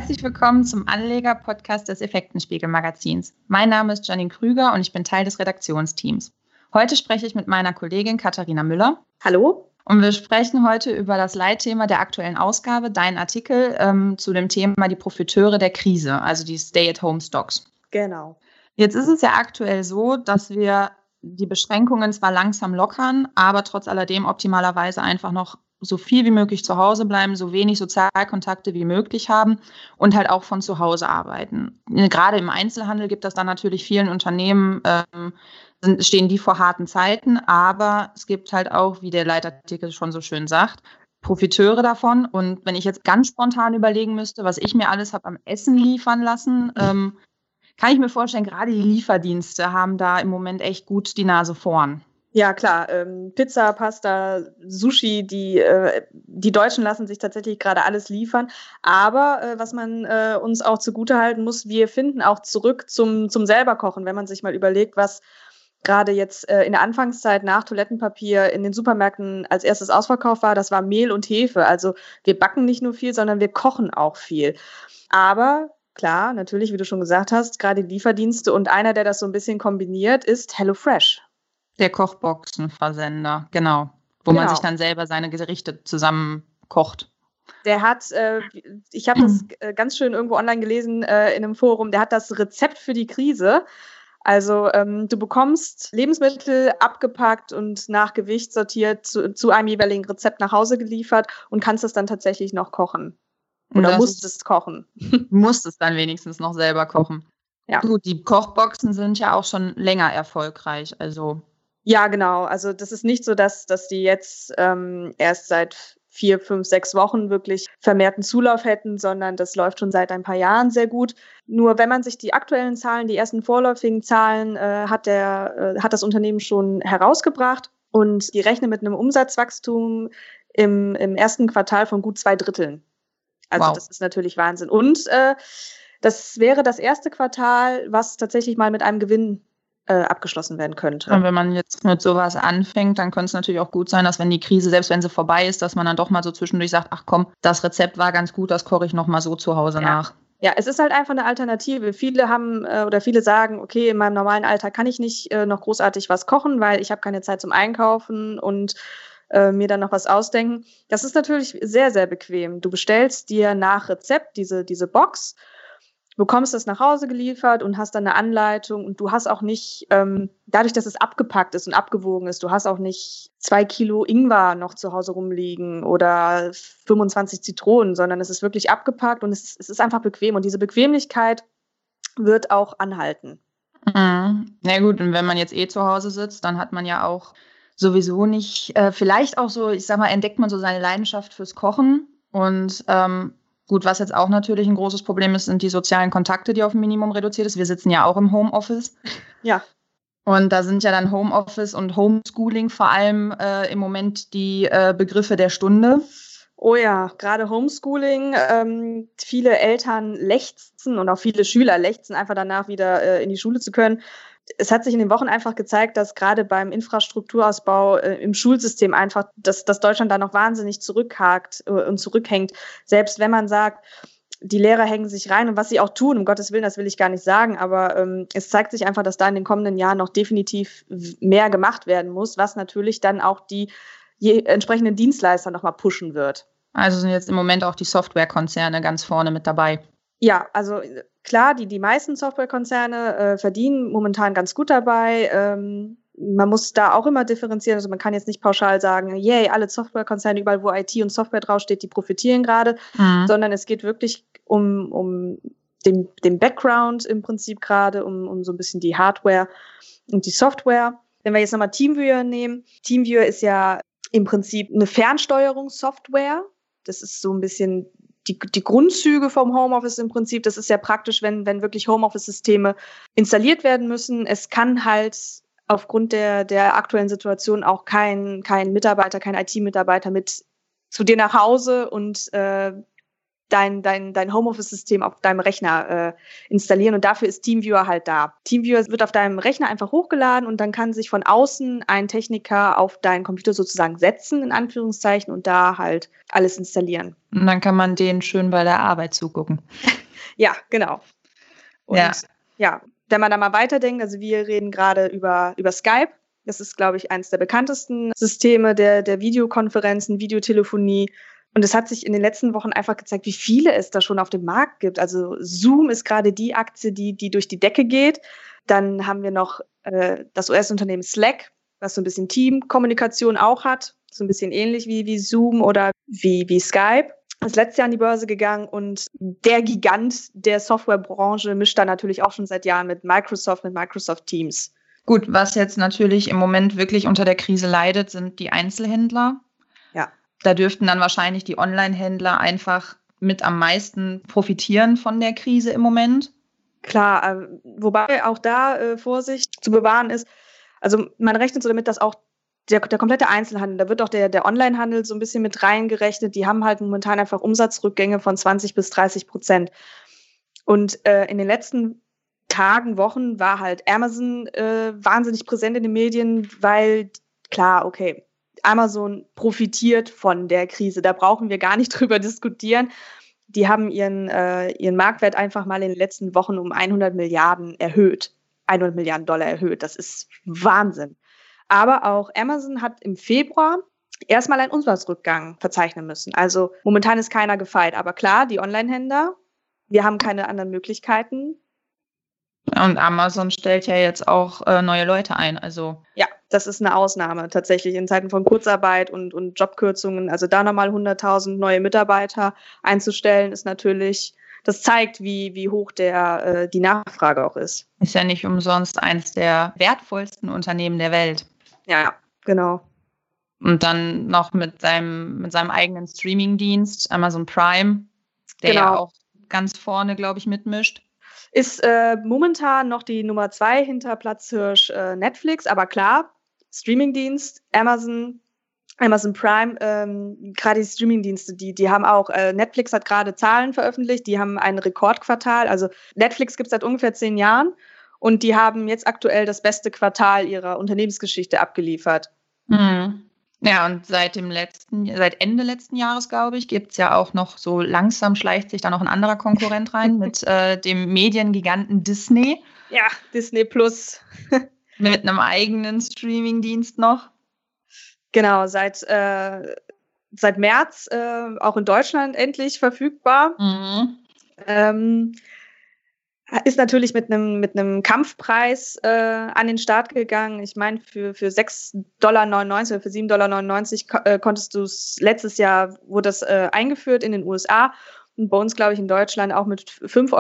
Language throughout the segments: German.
Herzlich willkommen zum Anleger-Podcast des Effektenspiegel-Magazins. Mein Name ist Janine Krüger und ich bin Teil des Redaktionsteams. Heute spreche ich mit meiner Kollegin Katharina Müller. Hallo. Und wir sprechen heute über das Leitthema der aktuellen Ausgabe, dein Artikel zu dem Thema die Profiteure der Krise, also die Stay-at-Home-Stocks. Genau. Jetzt ist es ja aktuell so, dass wir die Beschränkungen zwar langsam lockern, aber trotz alledem optimalerweise einfach noch so viel wie möglich zu Hause bleiben, so wenig Sozialkontakte wie möglich haben und halt auch von zu Hause arbeiten. Gerade im Einzelhandel gibt es dann natürlich vielen Unternehmen, stehen die vor harten Zeiten, aber es gibt halt auch, wie der Leitartikel schon so schön sagt, Profiteure davon. Und wenn ich jetzt ganz spontan überlegen müsste, was ich mir alles habe am Essen liefern lassen, kann ich mir vorstellen, gerade die Lieferdienste haben da im Moment echt gut die Nase vorn. Ja, klar. Pizza, Pasta, Sushi, die Deutschen lassen sich tatsächlich gerade alles liefern. Aber was man uns auch zugutehalten muss, wir finden auch zurück zum selber Kochen, wenn man sich mal überlegt, was gerade jetzt in der Anfangszeit nach Toilettenpapier in den Supermärkten als erstes ausverkauft war, das war Mehl und Hefe. Also wir backen nicht nur viel, sondern wir kochen auch viel. Aber klar, natürlich, wie du schon gesagt hast, gerade die Lieferdienste und einer, der das so ein bisschen kombiniert, ist HelloFresh. Der Kochboxenversender, genau. Wo man sich dann selber seine Gerichte zusammen kocht. Der hat, ich habe das ganz schön irgendwo online gelesen in einem Forum, der hat das Rezept für die Krise. Also du bekommst Lebensmittel abgepackt und nach Gewicht sortiert zu einem jeweiligen Rezept nach Hause geliefert und kannst es dann tatsächlich noch kochen. Oder musst es kochen. Musst es dann wenigstens noch selber kochen. Ja. Gut, die Kochboxen sind ja auch schon länger erfolgreich, also. Ja, genau. Also das ist nicht so, dass die jetzt erst seit 4, 5, 6 Wochen wirklich vermehrten Zulauf hätten, sondern das läuft schon seit ein paar Jahren sehr gut. Nur wenn man sich die aktuellen Zahlen, die ersten vorläufigen Zahlen, hat das Unternehmen schon herausgebracht und die rechnen mit einem Umsatzwachstum im ersten Quartal von gut 2/3. Also Das ist natürlich Wahnsinn. Und das wäre das erste Quartal, was tatsächlich mal mit einem Gewinn abgeschlossen werden könnte. Und wenn man jetzt mit sowas anfängt, dann könnte es natürlich auch gut sein, dass wenn die Krise, selbst wenn sie vorbei ist, dass man dann doch mal so zwischendurch sagt, ach komm, das Rezept war ganz gut, das koche ich noch mal so zu Hause nach. Ja, es ist halt einfach eine Alternative. Viele sagen, okay, in meinem normalen Alltag kann ich nicht noch großartig was kochen, weil ich habe keine Zeit zum Einkaufen und mir dann noch was ausdenken. Das ist natürlich sehr, sehr bequem. Du bestellst dir nach Rezept diese Box, bekommst das nach Hause geliefert und hast dann eine Anleitung und du hast auch nicht, dadurch, dass es abgepackt ist und abgewogen ist, du hast auch nicht 2 Kilo Ingwer noch zu Hause rumliegen oder 25 Zitronen, sondern es ist wirklich abgepackt und es ist einfach bequem und diese Bequemlichkeit wird auch anhalten. Na gut, und wenn man jetzt zu Hause sitzt, dann hat man ja auch sowieso nicht, vielleicht auch so, ich sag mal, entdeckt man so seine Leidenschaft fürs Kochen und gut, was jetzt auch natürlich ein großes Problem ist, sind die sozialen Kontakte, die auf ein Minimum reduziert ist. Wir sitzen ja auch im Homeoffice. Ja. Und da sind ja dann Homeoffice und Homeschooling vor allem im Moment die Begriffe der Stunde. Oh ja, gerade Homeschooling. Viele Eltern lechzen und auch viele Schüler lechzen einfach danach, wieder in die Schule zu können. Es hat sich in den Wochen einfach gezeigt, dass gerade beim Infrastrukturausbau im Schulsystem einfach, dass Deutschland da noch wahnsinnig zurückhakt und zurückhängt. Selbst wenn man sagt, die Lehrer hängen sich rein und was sie auch tun, um Gottes Willen, das will ich gar nicht sagen, aber es zeigt sich einfach, dass da in den kommenden Jahren noch definitiv mehr gemacht werden muss, was natürlich dann auch die entsprechenden Dienstleister nochmal pushen wird. Also sind jetzt im Moment auch die Softwarekonzerne ganz vorne mit dabei. Ja, also klar, die meisten Softwarekonzerne verdienen momentan ganz gut dabei. Man muss da auch immer differenzieren. Also man kann jetzt nicht pauschal sagen, yay, alle Softwarekonzerne, überall wo IT und Software draufsteht, die profitieren gerade, sondern es geht wirklich um den Background im Prinzip gerade, um so ein bisschen die Hardware und die Software. Wenn wir jetzt nochmal TeamViewer nehmen, TeamViewer ist ja im Prinzip eine Fernsteuerungssoftware. Das ist so ein bisschen die Grundzüge vom Homeoffice im Prinzip. Das ist ja praktisch, wenn wirklich Homeoffice-Systeme installiert werden müssen. Es kann halt aufgrund der aktuellen Situation auch kein Mitarbeiter, kein IT-Mitarbeiter mit zu dir nach Hause und dein Homeoffice-System auf deinem Rechner installieren und dafür ist TeamViewer halt da. TeamViewer wird auf deinem Rechner einfach hochgeladen und dann kann sich von außen ein Techniker auf deinen Computer sozusagen setzen, in Anführungszeichen, und da halt alles installieren. Und dann kann man denen schön bei der Arbeit zugucken. Ja, genau. Und ja, wenn man da mal weiterdenkt, also wir reden gerade über Skype. Das ist, glaube ich, eines der bekanntesten Systeme der Videokonferenzen, Videotelefonie. Und es hat sich in den letzten Wochen einfach gezeigt, wie viele es da schon auf dem Markt gibt. Also Zoom ist gerade die Aktie, die durch die Decke geht. Dann haben wir noch das US-Unternehmen Slack, was so ein bisschen Teamkommunikation auch hat. So ein bisschen ähnlich wie Zoom oder wie Skype. Das ist letztes Jahr an die Börse gegangen und der Gigant der Softwarebranche mischt da natürlich auch schon seit Jahren mit Microsoft Teams. Gut, was jetzt natürlich im Moment wirklich unter der Krise leidet, sind die Einzelhändler. Ja. Da dürften dann wahrscheinlich die Online-Händler einfach mit am meisten profitieren von der Krise im Moment. Klar, wobei auch da Vorsicht zu bewahren ist. Also man rechnet so damit, dass auch der komplette Einzelhandel, da wird auch der Onlinehandel so ein bisschen mit reingerechnet. Die haben halt momentan einfach Umsatzrückgänge von 20-30%. Und in den letzten Tagen, Wochen war halt Amazon wahnsinnig präsent in den Medien, weil klar, okay, Amazon profitiert von der Krise. Da brauchen wir gar nicht drüber diskutieren. Die haben ihren Marktwert einfach mal in den letzten Wochen um 100 Milliarden erhöht. 100 Milliarden Dollar erhöht. Das ist Wahnsinn. Aber auch Amazon hat im Februar erstmal einen Umsatzrückgang verzeichnen müssen. Also momentan ist keiner gefeit. Aber klar, die Onlinehändler, wir haben keine anderen Möglichkeiten. Und Amazon stellt ja jetzt auch neue Leute ein. Also ja, das ist eine Ausnahme tatsächlich in Zeiten von Kurzarbeit und Jobkürzungen. Also da nochmal 100.000 neue Mitarbeiter einzustellen, ist natürlich, das zeigt, wie hoch die Nachfrage auch ist. Ist ja nicht umsonst eins der wertvollsten Unternehmen der Welt. Ja, genau. Und dann noch mit seinem eigenen Streamingdienst, Amazon Prime, der ja auch ganz vorne, glaube ich, mitmischt. Ist momentan noch die Nummer 2 hinter Platzhirsch Netflix, aber klar, Streamingdienst, Amazon Prime, gerade die Streamingdienste, die haben auch, Netflix hat gerade Zahlen veröffentlicht, die haben ein Rekordquartal, also Netflix gibt es seit ungefähr 10 Jahren und die haben jetzt aktuell das beste Quartal ihrer Unternehmensgeschichte abgeliefert. Mhm. Ja, und seit Ende letzten Jahres, glaube ich, gibt es ja auch noch so langsam schleicht sich da noch ein anderer Konkurrent rein mit dem Mediengiganten Disney. Ja, Disney Plus. Mit einem eigenen Streamingdienst noch. Genau, seit März auch in Deutschland endlich verfügbar. Mhm. Ist natürlich mit einem Kampfpreis an den Start gegangen. Ich meine, für $6,99 oder für $7,99 konntest du es letztes Jahr, wurde das eingeführt in den USA. Und bei uns, glaube ich, in Deutschland auch mit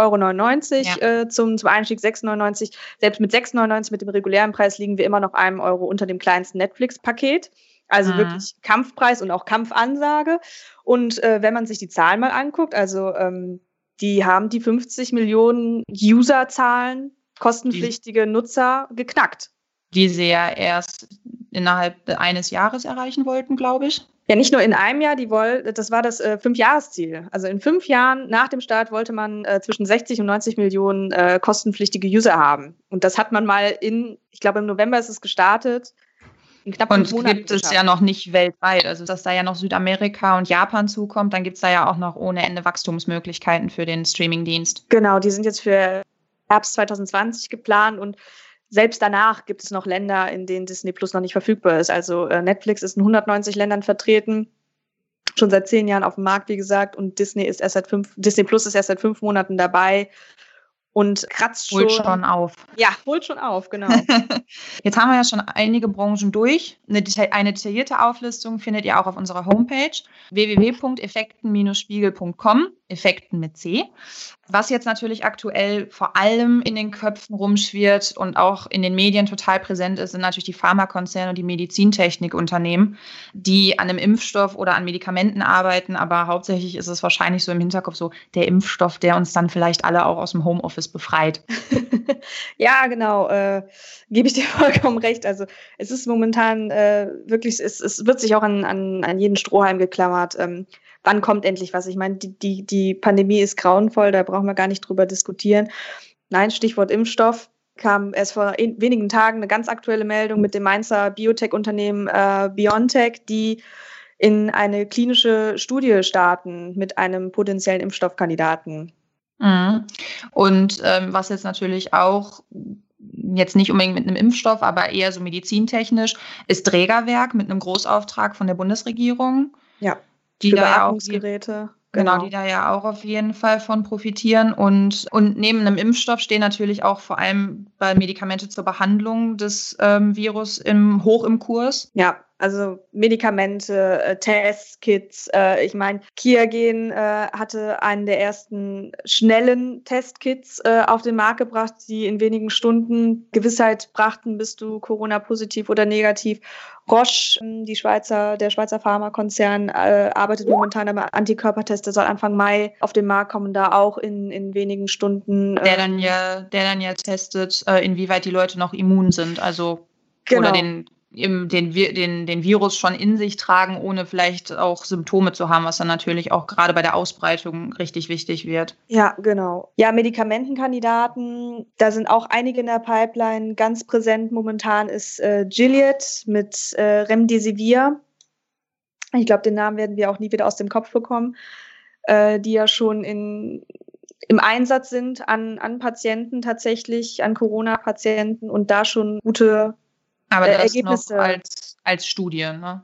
€5,99 zum Einstieg, €6,99. Selbst mit €6,99 mit dem regulären Preis liegen wir immer noch €1 unter dem kleinsten Netflix-Paket. Also wirklich Kampfpreis und auch Kampfansage. Und wenn man sich die Zahlen mal anguckt, also die haben die 50 Millionen User-Zahlen, kostenpflichtige Nutzer geknackt. Die sie ja erst innerhalb eines Jahres erreichen wollten, glaube ich. Ja, nicht nur in einem Jahr, das war das 5-Jahres-Ziel. Also in 5 Jahren nach dem Start wollte man zwischen 60 und 90 Millionen kostenpflichtige User haben. Und das hat man mal ich glaube im November ist es gestartet. Und gibt es ja noch nicht weltweit. Also dass da ja noch Südamerika und Japan zukommt, dann gibt es da ja auch noch ohne Ende Wachstumsmöglichkeiten für den Streamingdienst. Genau, die sind jetzt für Herbst 2020 geplant und selbst danach gibt es noch Länder, in denen Disney Plus noch nicht verfügbar ist. Also Netflix ist in 190 Ländern vertreten, schon seit 10 Jahren auf dem Markt, wie gesagt, und Disney Plus ist erst seit 5 Monaten dabei. Und kratzt schon. Holt schon auf. Ja, holt schon auf, genau. Jetzt haben wir ja schon einige Branchen durch. Eine detaillierte Auflistung findet ihr auch auf unserer Homepage www.effekten-spiegel.com, Effekten mit C. Was jetzt natürlich aktuell vor allem in den Köpfen rumschwirrt und auch in den Medien total präsent ist, sind natürlich die Pharmakonzerne und die Medizintechnikunternehmen, die an einem Impfstoff oder an Medikamenten arbeiten. Aber hauptsächlich ist es wahrscheinlich so im Hinterkopf so der Impfstoff, der uns dann vielleicht alle auch aus dem Homeoffice befreit. Ja, genau. Gebe ich dir vollkommen recht. Also es ist momentan wirklich, es wird sich auch an jeden Strohhalm geklammert. wann kommt endlich was? Ich meine, die Pandemie ist grauenvoll, da brauchen wir gar nicht drüber diskutieren. Nein, Stichwort Impfstoff. Kam erst vor wenigen Tagen eine ganz aktuelle Meldung mit dem Mainzer Biotech-Unternehmen BioNTech, die in eine klinische Studie starten mit einem potenziellen Impfstoffkandidaten. Mhm. Und was jetzt natürlich auch, jetzt nicht unbedingt mit einem Impfstoff, aber eher so medizintechnisch, ist Drägerwerk mit einem Großauftrag von der Bundesregierung. Ja, die für da ja auch Beatmungsgeräte. Genau, die da ja auch auf jeden Fall von profitieren. Und neben einem Impfstoff stehen natürlich auch vor allem bei Medikamente zur Behandlung des Virus hoch im Kurs. Ja, also Medikamente, Tests, Kits. Ich meine, Kiagen hatte einen der ersten schnellen Testkits auf den Markt gebracht, die in wenigen Stunden Gewissheit brachten, bist du Corona-positiv oder negativ. Roche, der Schweizer Pharmakonzern, arbeitet momentan am Antikörpertest, der soll Anfang Mai auf den Markt kommen, da auch in wenigen Stunden. Der dann ja testet, inwieweit die Leute noch immun sind, also genau. Oder den Virus schon in sich tragen, ohne vielleicht auch Symptome zu haben, was dann natürlich auch gerade bei der Ausbreitung richtig wichtig wird. Ja, genau. Ja, Medikamentenkandidaten, da sind auch einige in der Pipeline. Ganz präsent momentan ist Gilead mit Remdesivir. Ich glaube, den Namen werden wir auch nie wieder aus dem Kopf bekommen, die ja schon im Einsatz sind an Patienten tatsächlich, an Corona-Patienten und da schon gute aber das Ergebnisse. Noch als Studie, ne?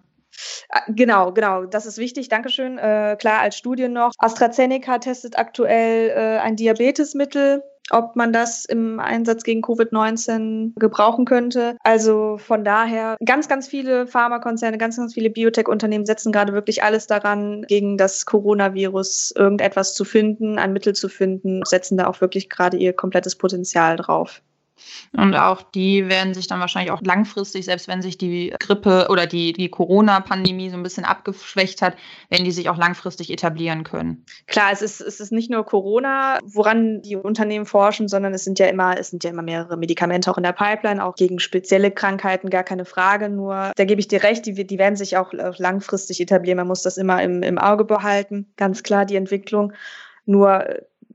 Genau, das ist wichtig, Dankeschön. Klar, als Studie noch. AstraZeneca testet aktuell ein Diabetesmittel, ob man das im Einsatz gegen Covid-19 gebrauchen könnte. Also von daher, ganz, ganz viele Pharmakonzerne, ganz, ganz viele Biotech-Unternehmen setzen gerade wirklich alles daran, gegen das Coronavirus irgendetwas zu finden, ein Mittel zu finden, setzen da auch wirklich gerade ihr komplettes Potenzial drauf. Und auch die werden sich dann wahrscheinlich auch langfristig, selbst wenn sich die Grippe oder die Corona-Pandemie so ein bisschen abgeschwächt hat, werden die sich auch langfristig etablieren können. Klar, es ist nicht nur Corona, woran die Unternehmen forschen, sondern es sind ja immer mehrere Medikamente auch in der Pipeline, auch gegen spezielle Krankheiten, gar keine Frage. Nur, da gebe ich dir recht, die werden sich auch langfristig etablieren. Man muss das immer im Auge behalten. Ganz klar, die Entwicklung. Nur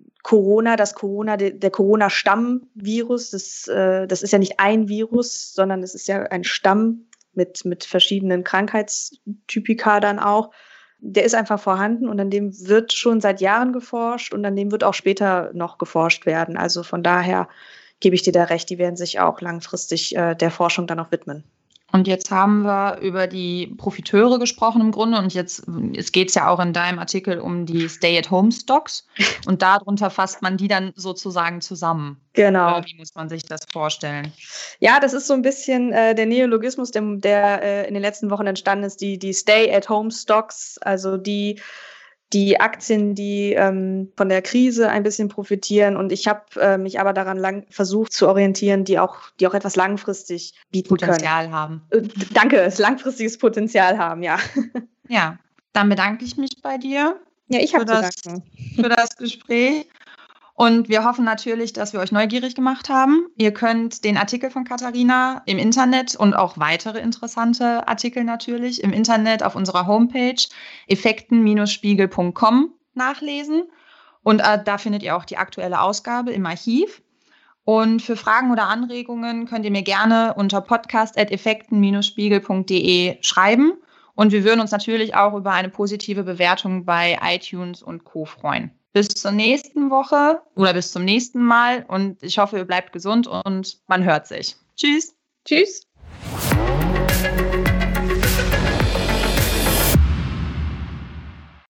der Corona-Stammvirus, das ist ja nicht ein Virus, sondern es ist ja ein Stamm mit verschiedenen Krankheitstypika dann auch. Der ist einfach vorhanden und an dem wird schon seit Jahren geforscht und an dem wird auch später noch geforscht werden. Also von daher gebe ich dir da recht, die werden sich auch langfristig der Forschung dann auch widmen. Und jetzt haben wir über die Profiteure gesprochen im Grunde und es geht ja auch in deinem Artikel um die Stay-at-Home-Stocks und darunter fasst man die dann sozusagen zusammen. Genau. Wie muss man sich das vorstellen? Ja, das ist so ein bisschen der Neologismus, der in den letzten Wochen entstanden ist, die Stay-at-Home-Stocks, also die Aktien, die von der Krise ein bisschen profitieren. Und ich habe mich aber daran versucht zu orientieren, die auch etwas langfristig bieten Potenzial können. haben. Danke, langfristiges Potenzial haben, ja. Ja, dann bedanke ich mich bei dir. Ja, ich habe zu danken. Für das Gespräch. Und wir hoffen natürlich, dass wir euch neugierig gemacht haben. Ihr könnt den Artikel von Katharina im Internet und auch weitere interessante Artikel natürlich im Internet auf unserer Homepage effekten-spiegel.com nachlesen. Und da findet ihr auch die aktuelle Ausgabe im Archiv. Und für Fragen oder Anregungen könnt ihr mir gerne unter podcast@effekten-spiegel.de schreiben. Und wir würden uns natürlich auch über eine positive Bewertung bei iTunes und Co. freuen. Bis zur nächsten Woche oder bis zum nächsten Mal und ich hoffe, ihr bleibt gesund und man hört sich. Tschüss. Tschüss.